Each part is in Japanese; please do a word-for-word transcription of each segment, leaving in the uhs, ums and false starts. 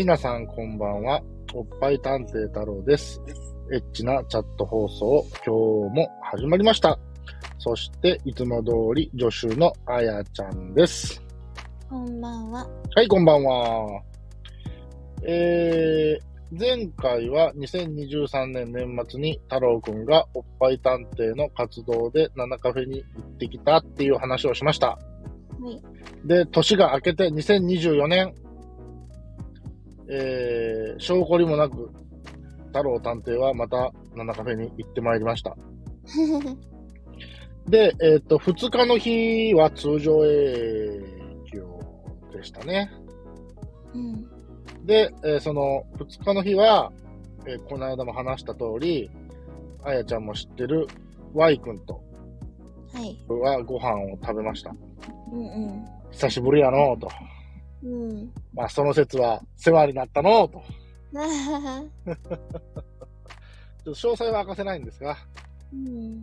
皆さんこんばんは。おっぱい探偵太郎です。エッチなチャット放送、今日も始まりました。そしていつも通り助手のあやちゃんです。 こんばんは。 はい、こんばんは。えー、前回はにせんにじゅうさんねん年末に太郎くんがおっぱい探偵の活動でナナカフェに行ってきたっていう話をしました。 はい。 で、年が明けてにせんにじゅうよねん、えー、証拠りもなく太郎探偵はまたナナカフェに行ってまいりました。で、えっと、ふつかの日は通常営業でしたね。 うん、 で、えー、そのふつかの日は、えー、この間も話した通り、あやちゃんも知ってる Y 君とはご飯を食べました。 うんうん、 久しぶりやのうと。 うん、 まあ、その説は世話になったのうと。ちょっと詳細は明かせないんですが、うん、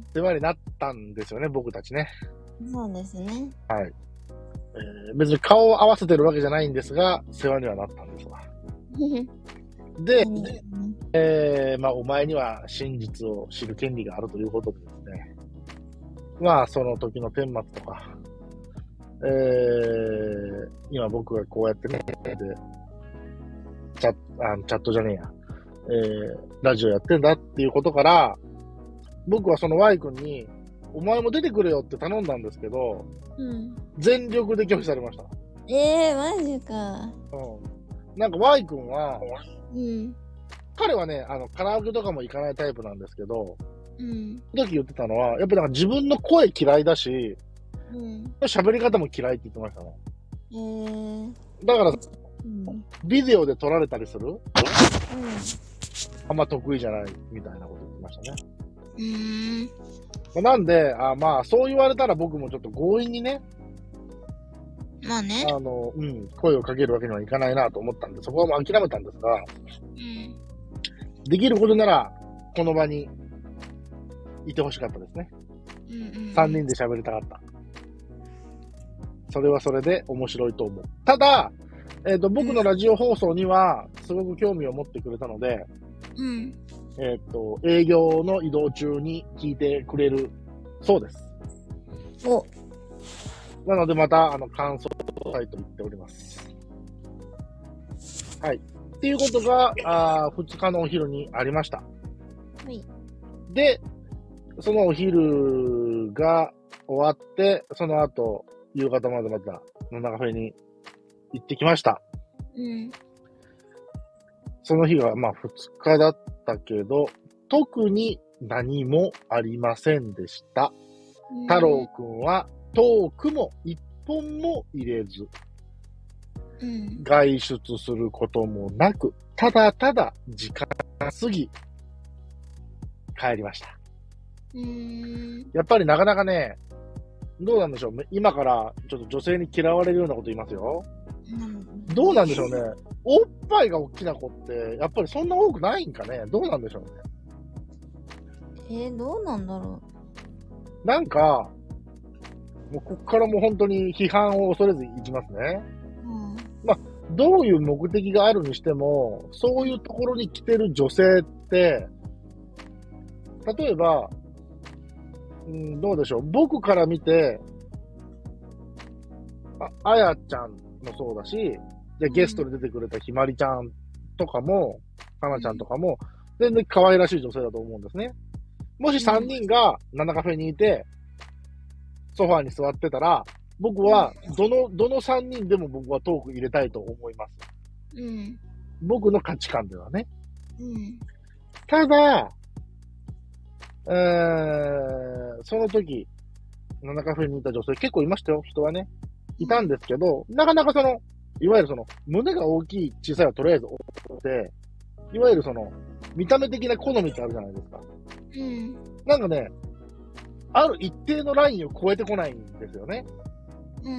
世話になったんですよね、僕たちね。 そうですね。 はい。えー、別に顔を合わせてるわけじゃないんですが、世話にはなったんですわ。で、うん、えー、まあ、お前には真実を知る権利があるということでですね。まあ、その時の顛末とか、えー、今僕がこうやってね、でチャット、あのチャットじゃねえや、えー、ラジオやってんだっていうことから、僕はその Y 君に、お前も出てくれよって頼んだんですけど、うん、全力で拒否されました。 えー、マジか。 うん。なんか Y 君は、 うん、 彼はね、あの、カラオケとかも行かないタイプなんですけど、 うん、 その時言ってたのは、やっぱりなんか自分の声嫌いだし、うん、喋り方も嫌いって言ってましたね。 えー、 だから、うん、ビデオで撮られたりする、うん、あんま得意じゃないみたいなこと言ってましたね。うーん、なんで、あまあ、そう言われたら僕もちょっと強引にね、 まあね、 あの、うん、声をかけるわけにはいかないなと思ったんで、そこはもう諦めたんですが、うん、できることなら、この場にいてほしかったですね。うんうん、さんにんで喋りたかった。それはそれで面白いと思う。ただ、えっと、僕のラジオ放送にはすごく興味を持ってくれたので、うん、えっと、営業の移動中に聞いてくれるそうです。おなのでまた、あの、感想したいと言っております。はい。っていうことが、あふつかのお昼にありました。はい。で、そのお昼が終わって、その後、夕方までまた、ナナカフェに行ってきました。うん。その日が、まあ、ふつかだったけど、特に何もありませんでした。うん、太郎くんはトークも一本も入れず、うん、外出することもなく、ただただ時間が過ぎ、帰りました。うーん、やっぱりなかなかね、どうなんでしょう。今からちょっと女性に嫌われるようなこと言いますよ。うん、どうなんでしょうね。おっぱいが大きな子って、やっぱりそんな多くないんかね。どうなんでしょうね。 えー、どうなんだろう。なんか、もうこっからもう本当に批判を恐れずいきますね。うん、まあ、どういう目的があるにしても、そういうところに来てる女性って、例えば、うん、どうでしょう。僕から見て、あ、あやちゃんもそうだし、で、ゲストで出てくれたひまりちゃんとかも、かなちゃんとかも、全然可愛らしい女性だと思うんですね。もしさんにんがナナカフェにいて、ソファーに座ってたら、僕は、どの、どのさんにんでも僕はトーク入れたいと思います。うん。僕の価値観ではね。うん。ただ、えー、その時、ナナカフェにいた女性結構いましたよ、人はね。いたんですけど、なかなかその、いわゆるその、胸が大きい、小さいはとりあえず多くて、いわゆるその、見た目的な好みってあるじゃないですか。うん。なんかね、ある一定のラインを超えてこないんですよね。うん。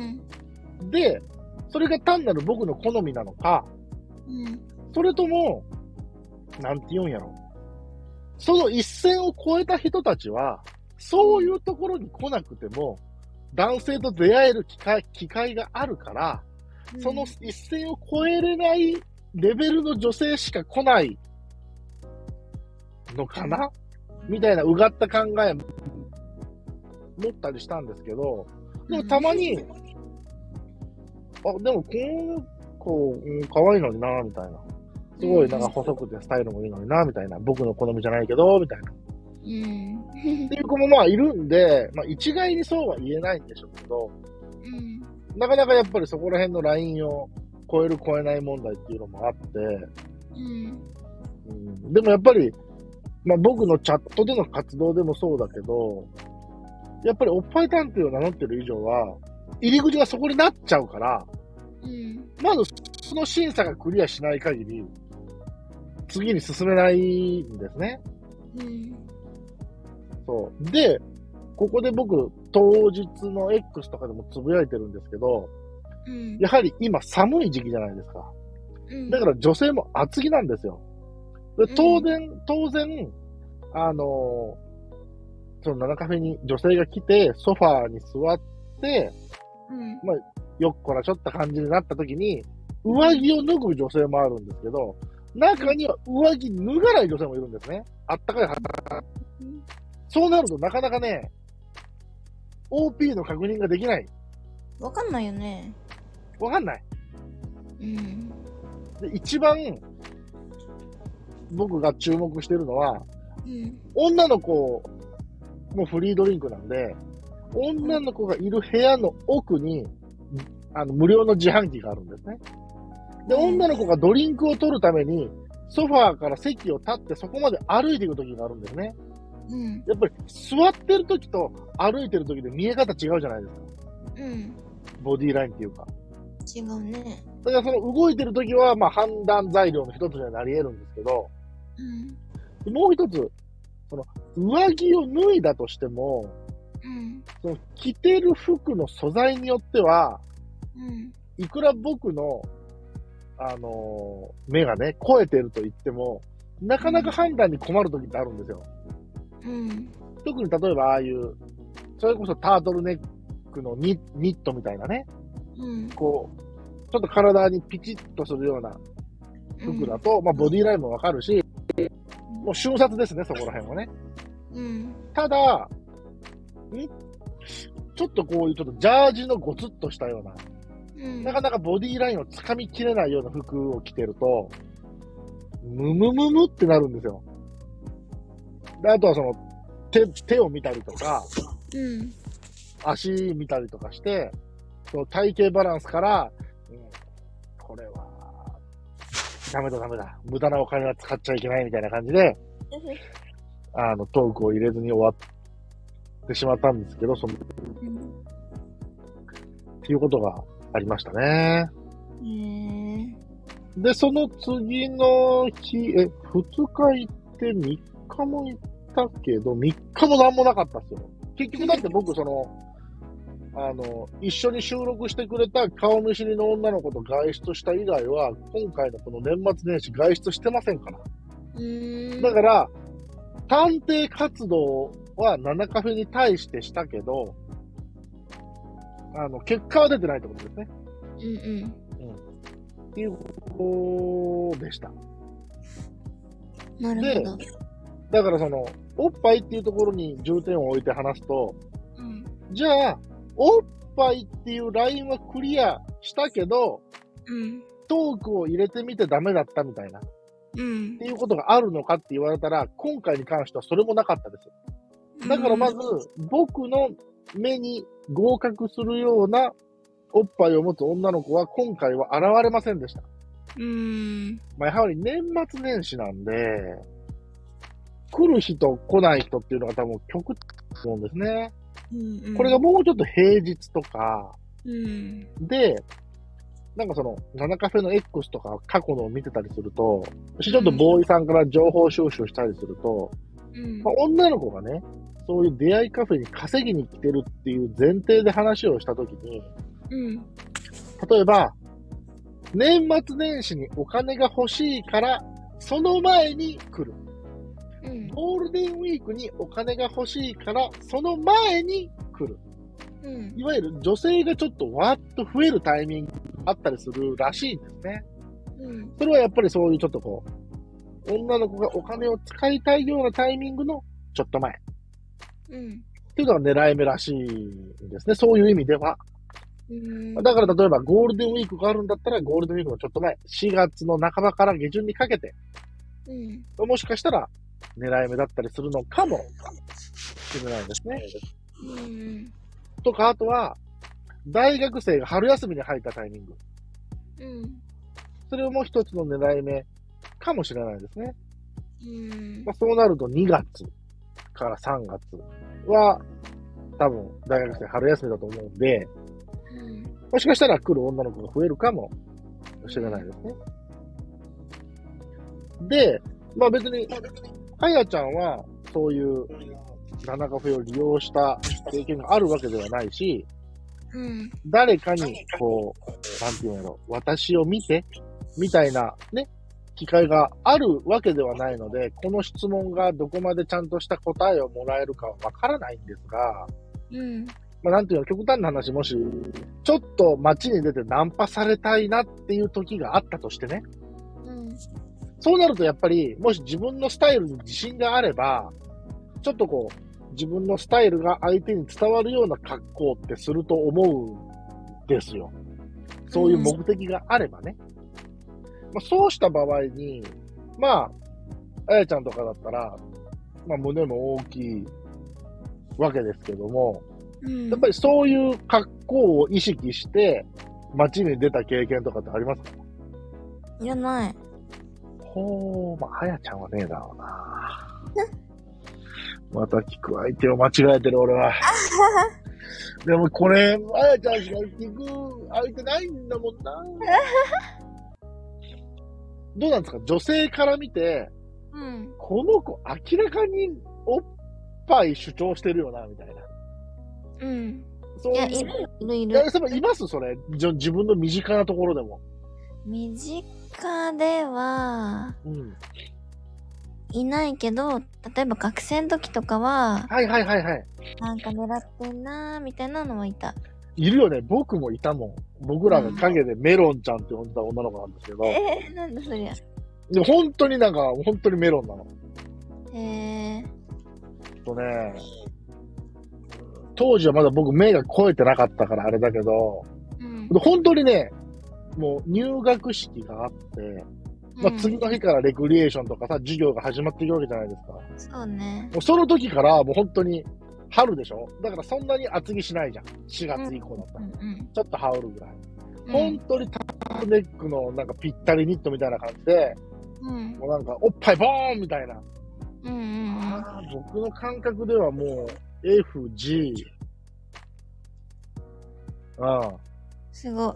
で、それが単なる僕の好みなのか、うん。それとも、なんて言うんやろ。その一線を越えた人たちは、そういうところに来なくても、男性と出会える機会、機会があるから、うん、その一線を越えれないレベルの女性しか来ないのかなみたいなうがった考え持ったりしたんですけど、でもたまに、あ、でもこの子、うん、可愛いのにな、みたいな。すごいなんか細くてスタイルもいいのにな、みたいな。僕の好みじゃないけど、みたいな。 うん。 っていう子もまあいるんで、まあ一概にそうは言えないんでしょうけど、 うん。 なかなかやっぱりそこら辺のラインを超える超えない問題っていうのもあって、 うん。 うん、でもやっぱり、まあ僕のチャットでの活動でもそうだけど、やっぱりおっぱい探偵を名乗ってる以上は、入り口がそこになっちゃうから、 うん。 まずその審査がクリアしない限り、次に進めないんですね。 うん。 そう。で、ここで僕、当日の X とかでもつぶやいてるんですけど、 うん。 やはり今寒い時期じゃないですか。 うん。 だから女性も厚着なんですよ。で当然、当然、あのー、そのナナカフェに女性が来て、ソファーに座って、 うん。 まあ、よっこらちょった感じになった時に、上着を脱ぐ女性もあるんですけど、中には上着脱がない女性もいるんですね。あったかい肌。そうなるとなかなかね、オーピー の確認ができない。 わかんないよね。 わかんない。 うん。 で、一番、僕が注目してるのは、 うん。 女の子もフリードリンクなんで、女の子がいる部屋の奥に、あの、無料の自販機があるんですね。で、女の子がドリンクを取るために、ソファーから席を立ってそこまで歩いていく時があるんですね。 うん。 やっぱり座ってる時と歩いてる時で見え方違うじゃないですか。 うん。 ボディラインっていうか。 違うね。 だからその動いてる時は、まあ判断材料の一つにはなり得るんですけど、 うん。 もう一つ、その上着を脱いだとしても、 うん。 その着てる服の素材によっては、 うん。 いくら僕の、あのー目がね、超えてると言っても、なかなか判断に困る時ってあるんですよ。 うん。 特に例えばああいう、それこそタートルネックのニニットみたいなね、 うん。 こう、ちょっと体にピチッとするような服だと、まあボディラインもわかるし、もう瞬殺ですね、そこら辺はね。 うん。 ただ、んちょっとこういうちょっとジャージのゴツッとしたような、 うん。 なかなかボディラインをつかみきれないような服を着てると、ムムムムってなるんですよ。で、あとはその、手、手を見たりとか、 うん。 足見たりとかして、その体型バランスから、うん、これは、ダメだダメだ。無駄なお金は使っちゃいけないみたいな感じで、あの、トークを入れずに終わってしまったんですけど、その、 うん、 っていうことがありましたね。 へー。 で、その次の日、え、ふつか行ってみっかも行ったけど、みっかもなんもなかったっすよ。結局だって僕、その、あの、一緒に収録してくれた顔見知りの女の子と外出した以外は、今回のこの年末年始外出してませんから。 うーん。 だから、探偵活動はナナカフェに対してしたけど、あの、結果は出てないってことですね。 うんうん。 うん。っていうことでした。 なるほど。 だからその、おっぱいっていうところに重点を置いて話すと、 うん、 じゃあ、おっぱいっていうラインはクリアしたけど、 うん、 トークを入れてみてダメだったみたいな、 うん、 っていうことがあるのかって言われたら、今回に関してはそれもなかったです。だからまず、僕の目に合格するようなおっぱいを持つ女の子は今回は現れませんでした。 うーん。 まあ、やはり年末年始なんで、来る人来ない人っていうのが多分極端だと思うんですね。 うんうん、 これがもうちょっと平日とか、 うん、 で、なんかその、ナナカフェの X とか過去のを見てたりすると、ちょっとボーイさんから情報収集したりすると、 うんまあ、女の子がね、そういう出会いカフェに稼ぎに来てるっていう前提で話をしたときに、 うん、 例えば、年末年始にお金が欲しいから、その前に来る。 うん、 ゴールデンウィークにお金が欲しいから、その前に来る。 うん、 いわゆる女性がちょっとわーっと増えるタイミングがあったりするらしいんですね。 ううん。 それはやっぱりそういうちょっとこう、女の子がお金を使いたいようなタイミングのちょっと前。 うん。 っていうのが狙い目らしいんですね。そういう意味では。 うん。 だから例えばゴールデンウィークがあるんだったら、ゴールデンウィークのちょっと前、しがつの半ばから下旬にかけて、 うん。 もしかしたら狙い目だったりするのかもしれないですね。 うん。 とか、あとは、大学生が春休みに入ったタイミング。 うん。 それも一つの狙い目かもしれないですね。 うん。 まあ、そうなるとにがつからさんがつは、多分大学生春休みだと思うんで、 うん。 もしかしたら来る女の子が増えるかもしれないですね。で、まあ別に、あやちゃんはそういう七カフェを利用した経験があるわけではないし、 うん。 誰かにこう、なんていうんやろ、私を見て、みたいなね、機会があるわけではないので、この質問がどこまでちゃんとした答えをもらえるかはわからないんですが、 うん。 まあなんていうの、極端な話、もし、ちょっと街に出てナンパされたいなっていう時があったとしてね、 うん。 そうなるとやっぱり、もし自分のスタイルに自信があれば、ちょっとこう、自分のスタイルが相手に伝わるような格好ってすると思うんですよ。そういう目的があればね。まあ、そうした場合に、まあ、あやちゃんとかだったら、まあ胸も大きいわけですけども、 うん。 やっぱりそういう格好を意識して街に出た経験とかってありますか？ いらない。 ほー、まあ、あやちゃんはねえだろうな。また聞く相手を間違えてる俺は。でもこれ、あやちゃんしか聞く相手ないんだもんな。どうなんですか？女性から見て、 うん。 この子明らかにおっぱい主張してるよな、みたいな。 うん。 そういう。 いや、いる、いる、いいや、 る。 それいますそれ。じゃ自分の身近なところでも。 身近では、 うん。 いないけど、例えば学生の時とかは、 はいはいはいはい。 なんか狙ってんなーみたいなのはいた。 いるよね。僕もいたもん。僕らが陰でメロンちゃんって呼んでた女の子なんですけど。 えー、なんだそりゃ。 でも本当になんか、本当にメロンなの。 へー。 とね、当時はまだ僕目が超えてなかったからあれだけど、 うん。 本当にね、もう入学式があって、まあ、次の日からレクリエーションとかさ、授業が始まっていくわけじゃないですか。 そうね。 もうその時からもう本当に春でしょ？だからそんなに厚着しないじゃん。しがつ以降だったら。 うんうん。 ちょっと羽織るぐらい。 うん、 本当にタートネックのなんかぴったりニットみたいな感じで、 うん。 もうなんかおっぱいボーンみたいな。 うんうんうん。 ああ、僕の感覚ではもう エフ、ジー、うん。 すごい。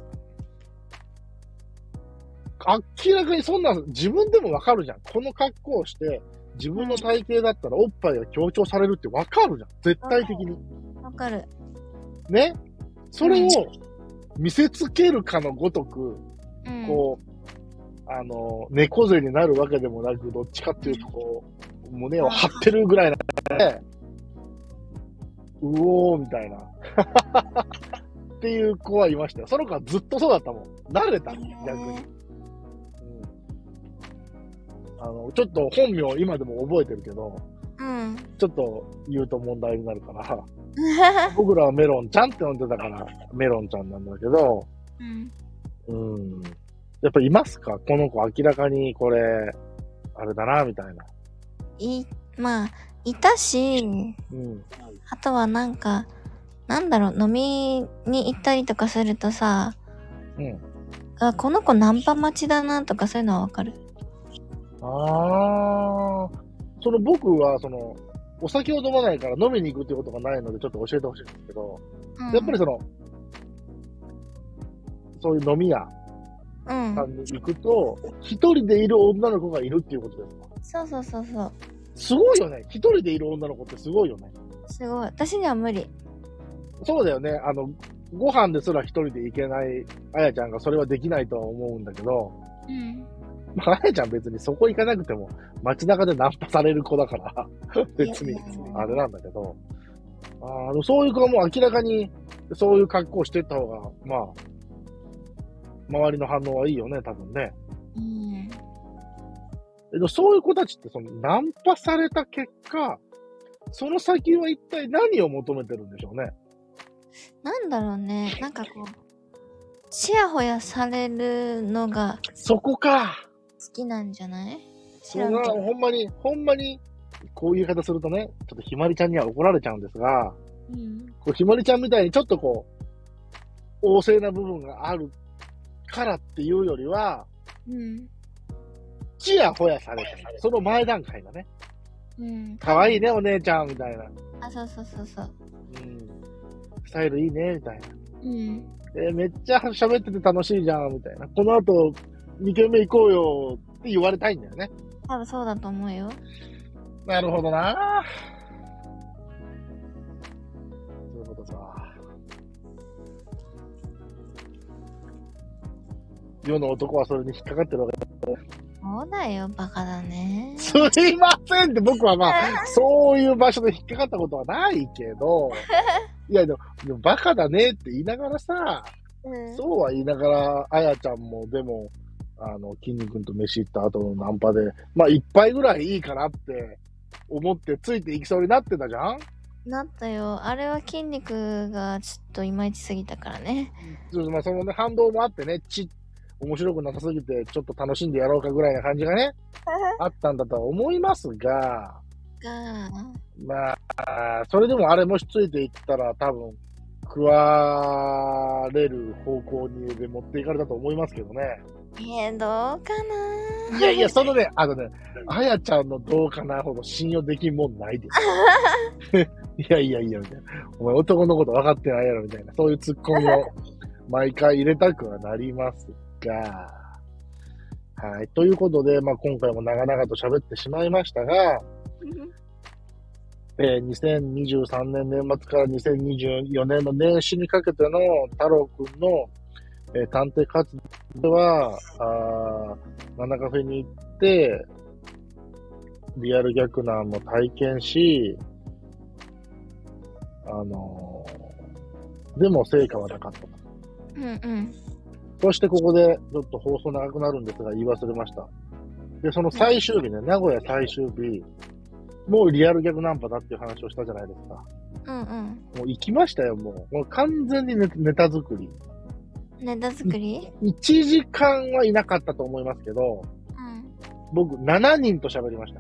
明らかにそんな自分でもわかるじゃん。この格好をして自分の体型だったらおっぱいが強調されるってわかるじゃん。絶対的に。 わかる。 ね。それを見せつけるかのごとく、 うん、 こう、あの、猫背になるわけでもなく、どっちかっていうとこう、胸を張ってるぐらいなんで、うおーみたいな。っていう子はいましたよ。その子はずっとそうだったもん。慣れた、逆に。あの、ちょっと本名今でも覚えてるけど、 うん。 ちょっと言うと問題になるから、僕らはメロンちゃんって呼んでたから、メロンちゃんなんだけど、 うん。 うん。やっぱいますか？この子明らかにこれ、あれだな、みたいな。 い、まあ、いたし、うん。あとはなんか、なんだろう、飲みに行ったりとかするとさ、うん。あ、この子ナンパ待ちだなとかそういうのはわかる。 ああ、その僕はそのお酒を飲まないから飲みに行くってことがないのでちょっと教えてほしいんですけど、うん、やっぱりそのそういう飲み屋さんに行くと一、うん、人でいる女の子がいるっていうことですか？ そうそうそうそう。 すごいよね。一人でいる女の子ってすごいよね。 すごい。私には無理。 そうだよね。あのご飯ですら一人で行けないあやちゃんがそれはできないとは思うんだけど。うん。まあ、あやちゃん別にそこ行かなくても街中でナンパされる子だから別にあれなんだけど、あのそういう子はもう明らかにそういう格好をしていった方が、まあ、周りの反応はいいよね、多分ね。 うん。 えでそういう子たちってそのナンパされた結果、その先は一体何を求めてるんでしょうね。 なんだろうね。なんかこう、ちやほやされるのがそこか。 好きなんじゃない？ そうな、ほんまに、ほんまに、こういう言い方するとね、ちょっとひまりちゃんには怒られちゃうんですが、 うん、 こうひまりちゃんみたいにちょっとこう、旺盛な部分があるからっていうよりは、 うん。 ちやほやされてる。その前段階がね。 うん。 かわいいね、お姉ちゃん、みたいな。 あ、そうそうそうそう。 うん。スタイルいいね、みたいな。 うん。 えーめっちゃ喋ってて楽しいじゃん、みたいな。この後、にけんめ行こうよ、って言われたいんだよね。 多分そうだと思うよ。 なるほどな。そういうことか。世の男はそれに引っかかってるわけだ。 そうだよ、バカだね。 すいませんって僕はまあ、そういう場所で引っかかったことはないけど、いやでも、でもバカだねって言いながらさ、うん、そうは言いながら、あやちゃんもでも、あの、筋肉と飯行った後のナンパで、まあ一杯ぐらいいいかなって思ってついていきそうになってたじゃん？ なったよ。あれは筋肉がちょっといまいちすぎたからね。 まあそのね、反動もあってね、ち、面白くなさすぎて、ちょっと楽しんでやろうかぐらいな感じがね、あったんだとは思いますが、 がまあ、それでもあれもしついていったら多分、食われる方向にで持っていかれたと思いますけどね。 えー、どうかな。 いやいや、そのね、あのね、あやちゃんのどうかなほど信用できんもんないです。いやいやいや、みたいな。お前男のこと分かってないやろ、みたいな。そういうツッコミを毎回入れたくはなりますが。はい。ということで、まあ今回も長々と喋ってしまいましたが、えー、にせんにじゅうさんねん年末からにせんにじゅうよねんの年始にかけての太郎くんの、えー、探偵活動では、あマナカフェに行って、リアル逆難も体験し、あのー、でも成果はなかった。 うんうん。 そしてここでちょっと放送長くなるんですが言い忘れました。で、その最終日ね、名古屋最終日、もうリアル逆ナンパだっていう話をしたじゃないですか。 うんうん。 もう行きましたよ、もう。もう完全にネネタ作り。 ネタ作り ? いち 時間はいなかったと思いますけど、うん、僕ななにんと喋りました。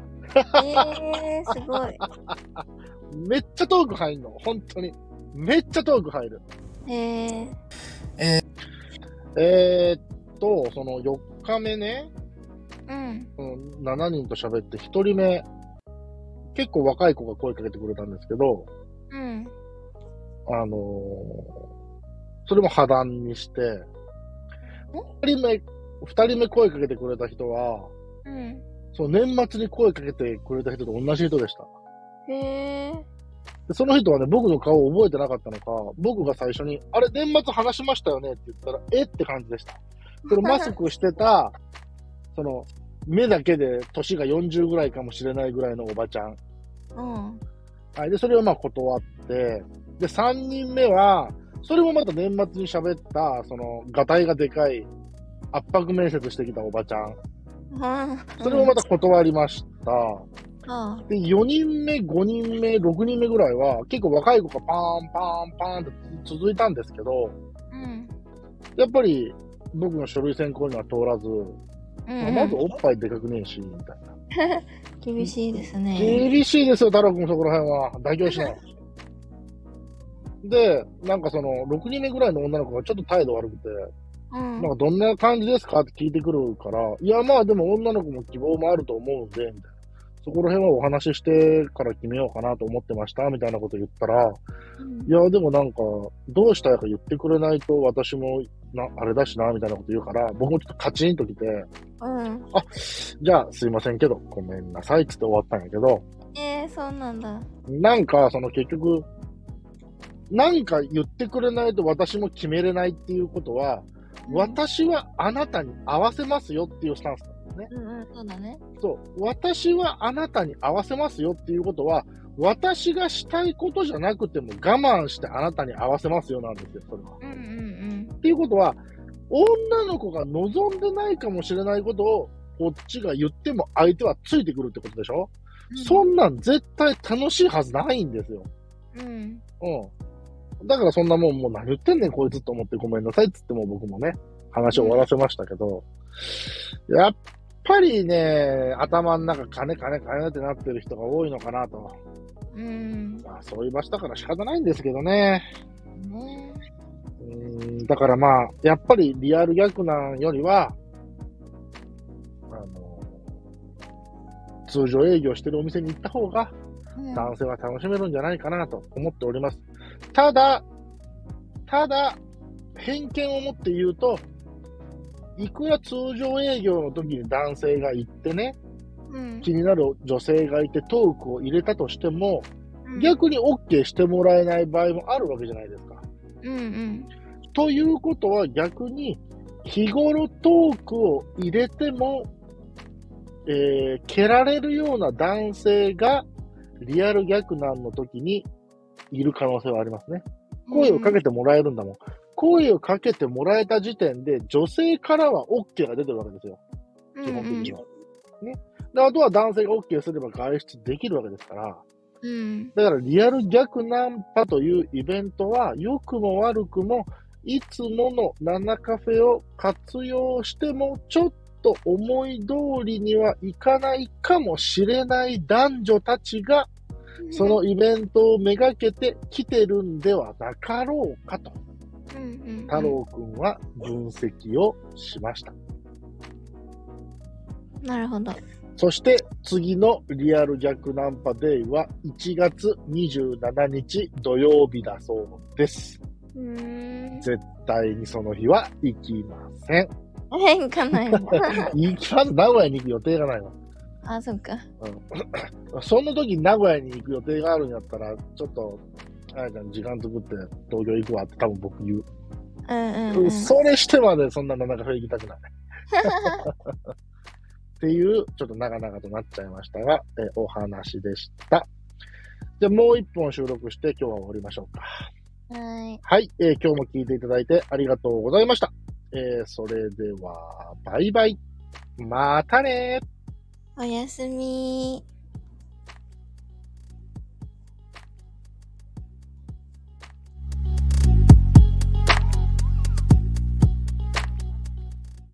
えー、すごい。 めっちゃトーク入んの、本当に。めっちゃトーク入る。 へえー。 えー、えー、っと、そのよっかめね、 うん。 うん、しちにんと喋ってひとりめ、結構若い子が声かけてくれたんですけど、 うん。 あのー、それも破談にして、二人目、二人目声かけてくれた人は、 うん。 その年末に声かけてくれた人と同じ人でした。 へー。 でその人はね、僕の顔を覚えてなかったのか、僕が最初に、あれ、年末話しましたよねって言ったら、えって感じでした。そのマスクしてた、その、目だけで年がよんじゅうぐらいかもしれないぐらいのおばちゃん。 うん。 はい。で、それをまあ断って、で、さんにんめは、それもまた年末に喋った、その、ガタイがでかい、圧迫面接してきたおばちゃん。 うん。 それもまた断りました。 うん、 で、よにんめ、ごにんめ、ろくにんめぐらいは、結構若い子がパーン、パーン、パーンって続いたんですけど、 うん、 やっぱり、僕の書類選考には通らず、うんうん、まずおっぱいでかくねえし、みたいな。 厳しいですね。 厳しいですよ、太郎くんそこら辺は。妥協しない。で、なんかその、ろくにんめぐらいの女の子がちょっと態度悪くて、うん、なんかどんな感じですかって聞いてくるから、いやまあでも女の子も希望もあると思うんで、みたいな。そこら辺はお話ししてから決めようかなと思ってました、みたいなこと言ったら、うん、いやでもなんか、どうしたいか言ってくれないと私もな、あれだしな、みたいなこと言うから、僕もちょっとカチンときて、うん、あ、じゃあすいませんけど、ごめんなさいって言って終わったんやけど、 えー、そうなんだ。 なんか、その結局、なんか言ってくれないと私も決めれないっていうことは、うん、私はあなたに合わせますよっていうスタンスなんですね。 うんうん、そうだね。 そう。私はあなたに合わせますよっていうことは、私がしたいことじゃなくても我慢してあなたに合わせますよなんですよ、それは。 うんうんうん。 っていうことは、 女の子が望んでないかもしれないことを、こっちが言っても相手はついてくるってことでしょ、うん、そんなん絶対楽しいはずないんですよ。うん。うん。だからそんなもんもう何言ってんねんこいつと思ってごめんなさいっつっても僕もね、話を終わらせましたけど、うん、やっぱりね、頭の中金金金ってなってる人が多いのかなと。うん。まあそういう場所だから仕方ないんですけどね。ね、うん、だからまあ、やっぱりリアル逆なんよりは、あの、通常営業してるお店に行った方が、男性は楽しめるんじゃないかなと思っております。ただ、ただ、偏見を持って言うと、いくら通常営業の時に男性が行ってね、うん、気になる女性がいてトークを入れたとしても、うん、逆に OK してもらえない場合もあるわけじゃないですか。うんうん、ということは逆に日頃トークを入れても、えー、蹴られるような男性がリアル逆難の時にいる可能性はありますね。声をかけてもらえるんだもん。うん、声をかけてもらえた時点で女性からは OK が出てるわけですよ。基本的には。うんうん、ね。で、あとは男性が OK すれば外出できるわけですから。うん、だからリアル逆ナンパというイベントは良くも悪くもいつものナナカフェを活用してもちょっと思い通りにはいかないかもしれない男女たちがそのイベントをめがけて来てるんではなかろうかと、うんうんうん、太郎くんは分析をしました。 なるほど。 そして次のリアル逆ナンパデーはいちがつにじゅうしちにち土曜日だそうです。うーん、絶対にその日は行きません。 え、行かないの行きます。名古屋に行く予定がないわ。 あ、そっか。 うん、その時に名古屋に行く予定があるんやったら、ちょっと、あやちゃん時間作って東京行くわって多分僕言う。うんうんうん、それしてまでそんなのなんか行きたくない。っていう、ちょっと長々となっちゃいましたが、えお話でした。じゃあもう一本収録して今日は終わりましょうか。はい。はい、えー、今日も聞いていただいてありがとうございました。えー、それでは、バイバイ。またねー。 おやすみー。